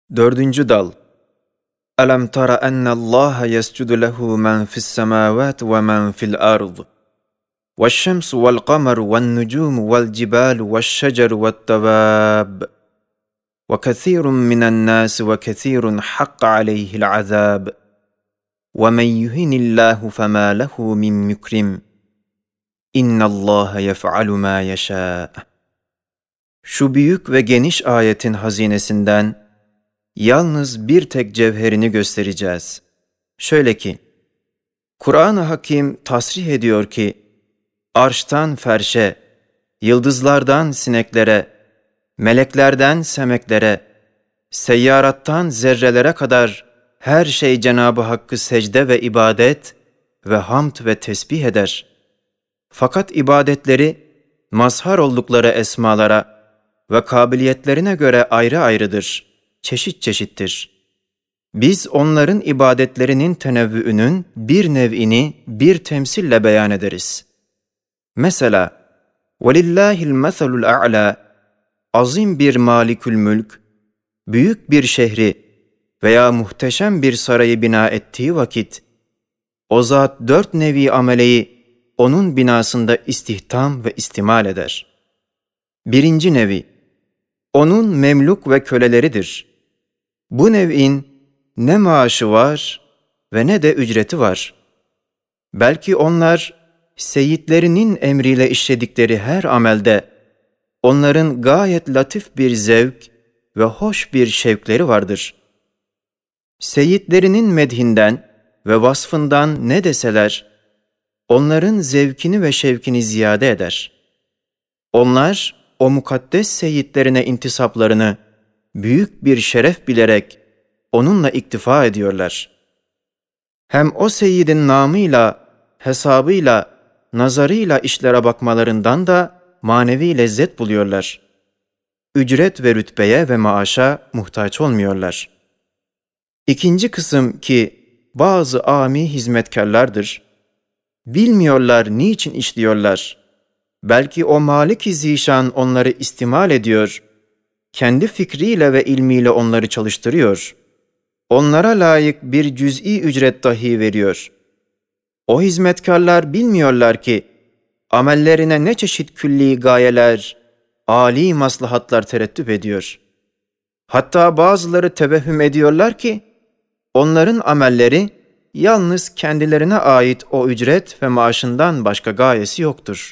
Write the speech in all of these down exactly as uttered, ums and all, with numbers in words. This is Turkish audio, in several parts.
Dördüncü dal. Alam tara ennallaha yescudu lehu men fis semavati ve men fil ard. Ve'ş-şemsu ve'l-kameru ve'n-nucumu ve'l-cibalu ve'ş-şeceru ve't-tevâb. Ve kethîrun minen-nâsi ve kethîrun hakka aleyhi'l-azâb. Ve men yuhinillâhu femâ lehu min mükrim. İnnallâhe yef'alu mâ yeşâ. Şu büyük ve geniş ayetin hazinesinden yalnız bir tek cevherini göstereceğiz. Şöyle ki, Kur'an-ı Hakim tasrih ediyor ki, arştan ferşe, yıldızlardan sineklere, meleklerden semeklere, seyyarattan zerrelere kadar her şey Cenab-ı Hakk'ı secde ve ibadet ve hamd ve tesbih eder. Fakat ibadetleri mazhar oldukları esmalara ve kabiliyetlerine göre ayrı ayrıdır, çeşit çeşittir. Biz onların ibadetlerinin tenevvüünün bir nev'ini bir temsille beyan ederiz. Mesela, وَلِلَّهِ الْمَثَلُ الْأَعْلَى azim bir malikül mülk, büyük bir şehri veya muhteşem bir sarayı bina ettiği vakit, o zat dört nevi ameleyi onun binasında istihdam ve istimal eder. Birinci nevi, onun memluk ve köleleridir. Bu nev'in ne maaşı var ve ne de ücreti var. Belki onlar seyitlerinin emriyle işledikleri her amelde onların gayet latif bir zevk ve hoş bir şevkleri vardır. Seyitlerinin medhinden ve vasfından ne deseler, onların zevkini ve şevkini ziyade eder. Onlar o mukaddes seyitlerine intisaplarını büyük bir şeref bilerek onunla iktifa ediyorlar. Hem o seyyidin namıyla, hesabıyla, nazarıyla işlere bakmalarından da manevi lezzet buluyorlar. Ücret ve rütbeye ve maaşa muhtaç olmuyorlar. İkinci kısım ki bazı âmi hizmetkarlardır. Bilmiyorlar niçin işliyorlar. Belki o Malik-i Zişan onları istimal ediyor, kendi fikriyle ve ilmiyle onları çalıştırıyor. Onlara layık bir cüz'i ücret dahi veriyor. O hizmetkarlar bilmiyorlar ki, amellerine ne çeşit külli gayeler, âli maslahatlar terettüp ediyor. Hatta bazıları tevehhüm ediyorlar ki, onların amelleri yalnız kendilerine ait o ücret ve maaşından başka gayesi yoktur.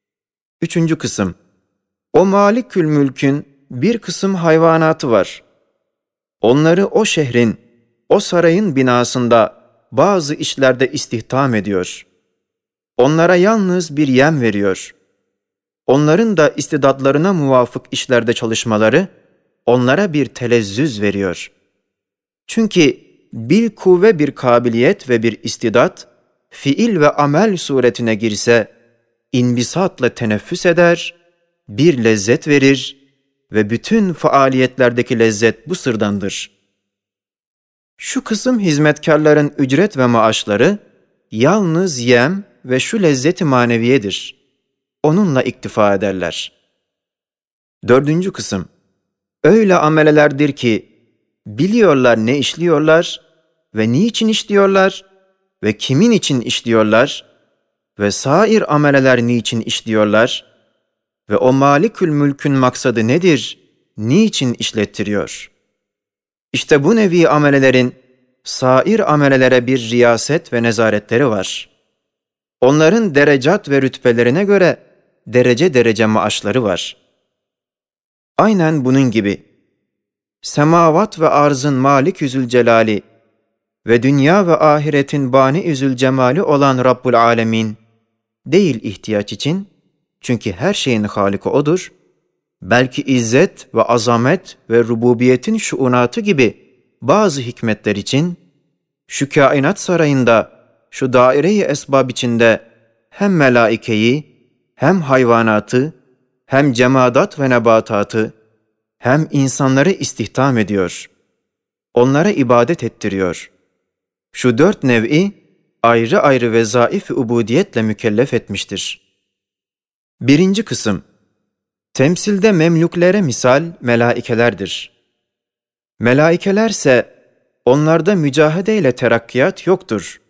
Üçüncü kısım, o Malikül Mülk'ün bir kısım hayvanatı var. Onları o şehrin, o sarayın binasında bazı işlerde istihdam ediyor. Onlara yalnız bir yem veriyor. Onların da istidatlarına muvafık işlerde çalışmaları onlara bir telezzüz veriyor. Çünkü bil kuvve bir kabiliyet ve bir istidat, fiil ve amel suretine girse, inbisatla teneffüs eder, bir lezzet verir ve bütün faaliyetlerdeki lezzet bu sırdandır. Şu kısım hizmetkarların ücret ve maaşları yalnız yem ve şu lezzeti maneviyedir. Onunla iktifa ederler. Dördüncü kısım, öyle amelelerdir ki biliyorlar ne işliyorlar ve niçin işliyorlar ve kimin için işliyorlar ve sair ameleler niçin işliyorlar ve o Malikül Mülk'ün maksadı nedir, niçin işlettiriyor? İşte bu nevi amelelerin sair amelelere bir riyaset ve nezaretleri var. Onların derecat ve rütbelerine göre derece derece maaşları var. Aynen bunun gibi semavat ve arzın Malik-i Zülcelali ve dünya ve ahiretin Bani-i Zülcemali olan Rabbul Alemin değil ihtiyaç için, çünkü her şeyin Halık'ı O'dur, belki izzet ve azamet ve rububiyetin şuunatı gibi bazı hikmetler için, şu kainat sarayında, şu daire-i esbab içinde hem melaikeyi, hem hayvanatı, hem cemadat ve nebatatı, hem insanları istihdam ediyor. Onlara ibadet ettiriyor. Şu dört nev'i ayrı ayrı vezaif-i ubudiyetle mükellef etmiştir. Birinci kısım, temsilde memlüklere misal melaikelerdir. Melaikelerse onlarda mücahedeyle terakkiyat yoktur.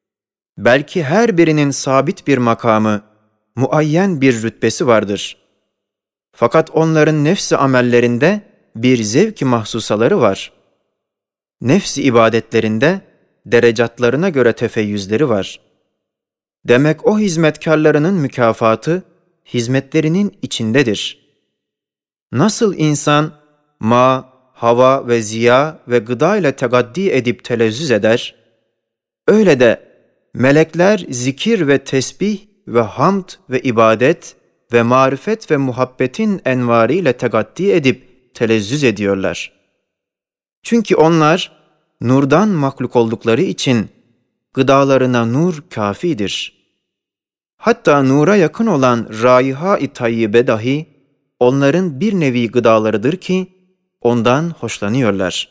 Belki her birinin sabit bir makamı, muayyen bir rütbesi vardır. Fakat onların nefsi amellerinde bir zevk-i mahsusaları var. Nefsi ibadetlerinde derecatlarına göre tefeyyüzleri var. Demek o hizmetkarlarının mükafatı, hizmetlerinin içindedir. Nasıl insan, ma, hava ve ziya ve gıda ile tegaddi edip telezzüz eder, öyle de melekler zikir ve tesbih ve hamd ve ibadet ve marifet ve muhabbetin envarı ile tegaddi edip telezzüz ediyorlar. Çünkü onlar nurdan mahluk oldukları için gıdalarına nur kafidir. Hatta nura yakın olan raiha-i tayyibe dahi onların bir nevi gıdalarıdır ki ondan hoşlanıyorlar.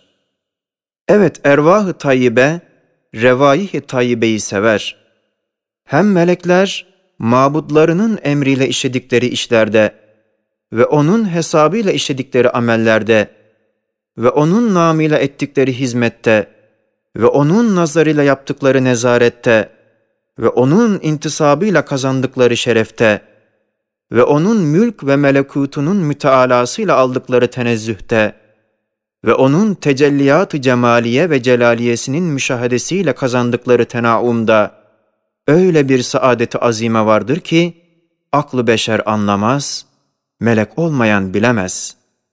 Evet, ervah-ı tayyibe, revaih-i tayyibeyi sever. Hem melekler, mabudlarının emriyle işledikleri işlerde ve onun hesabıyla işledikleri amellerde ve onun namıyla ettikleri hizmette ve onun nazarıyla yaptıkları nezarette ve onun intisabıyla kazandıkları şerefte ve onun mülk ve melekutunun mütealasıyla aldıkları tenezzühte ve onun tecelliyat-ı cemaliye ve celaliyesinin müşahedesiyle kazandıkları tenaumda öyle bir saadeti azime vardır ki aklı beşer anlamaz, melek olmayan bilemez.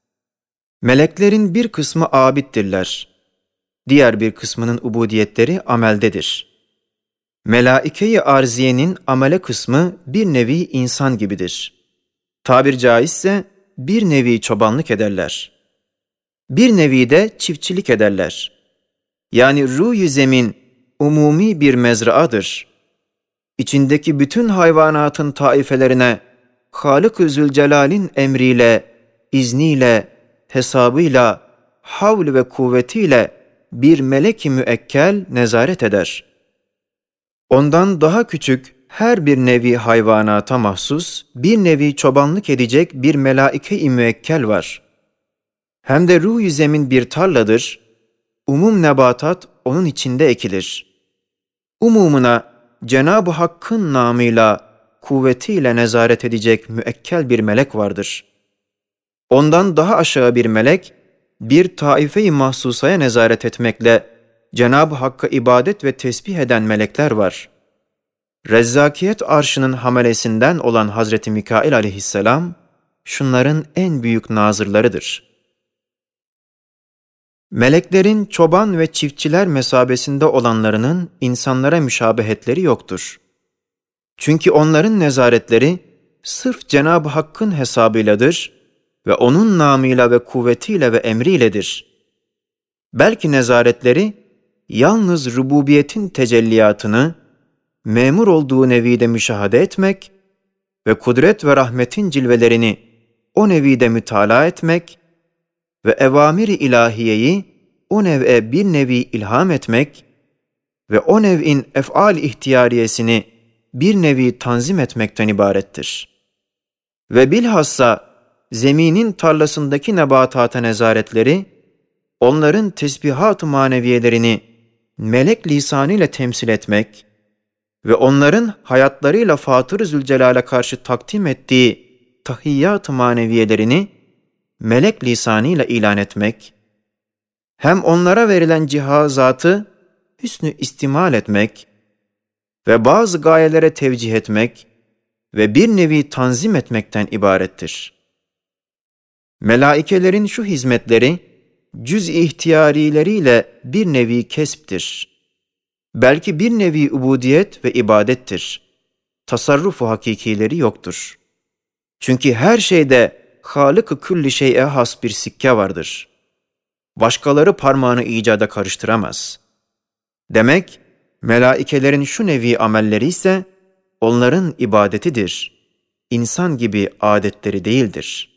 Meleklerin bir kısmı abiddirler, diğer bir kısmının ubudiyetleri ameldedir. Melaike-i arziyenin amele kısmı bir nevi insan gibidir. Tabir caizse bir nevi çobanlık ederler. Bir nevi de çiftçilik ederler. Yani ruh-i zemin umumi bir mezraadır. İçindeki bütün hayvanatın taifelerine Halık-ı Zülcelal'in emriyle, izniyle, hesabıyla, havl ve kuvvetiyle bir melek-i müekkel nezaret eder. Ondan daha küçük her bir nevi hayvanata mahsus bir nevi çobanlık edecek bir melaike-i müekkel var. Hem de ruh-i zemin bir tarladır, umum nebatat onun içinde ekilir. Umumuna Cenab-ı Hakk'ın namıyla, kuvvetiyle nezaret edecek müekkel bir melek vardır. Ondan daha aşağı bir melek, bir taife-i mahsusaya nezaret etmekle Cenab-ı Hakk'a ibadet ve tesbih eden melekler var. Rezzakiyet arşının hamelesinden olan Hazreti Mikail aleyhisselam, şunların en büyük nazırlarıdır. Meleklerin çoban ve çiftçiler mesabesinde olanlarının insanlara müşabehetleri yoktur. Çünkü onların nezaretleri sırf Cenab-ı Hakk'ın hesabıyladır ve onun namıyla ve kuvvetiyle ve emriyledir. Belki nezaretleri yalnız rububiyetin tecelliyatını memur olduğu nevide müşahede etmek ve kudret ve rahmetin cilvelerini o nevide mütalaa etmek ve evamir-i ilahiyeyi o nev'e bir nevi ilham etmek ve o nev'in ef'al ihtiyariyesini bir nevi tanzim etmekten ibarettir. Ve bilhassa zeminin tarlasındaki nebatata nezaretleri, onların tesbihat-ı maneviyelerini melek lisanıyla temsil etmek ve onların hayatlarıyla Fatır-ı Zülcelal'e karşı takdim ettiği tahiyyat-ı maneviyelerini melek lisanıyla ilan etmek, hem onlara verilen cihazatı hüsnü istimal etmek ve bazı gayelere tevcih etmek ve bir nevi tanzim etmekten ibarettir. Melaikelerin şu hizmetleri, cüz-i ihtiyarileriyle bir nevi kesptir. Belki bir nevi ubudiyet ve ibadettir. Tasarrufu hakikileri yoktur. Çünkü her şeyde Halık-ı külli şey'e has bir sikke vardır. Başkaları parmağını icada karıştıramaz. Demek, melaikelerin şu nevi amelleri ise onların ibadetidir. İnsan gibi adetleri değildir.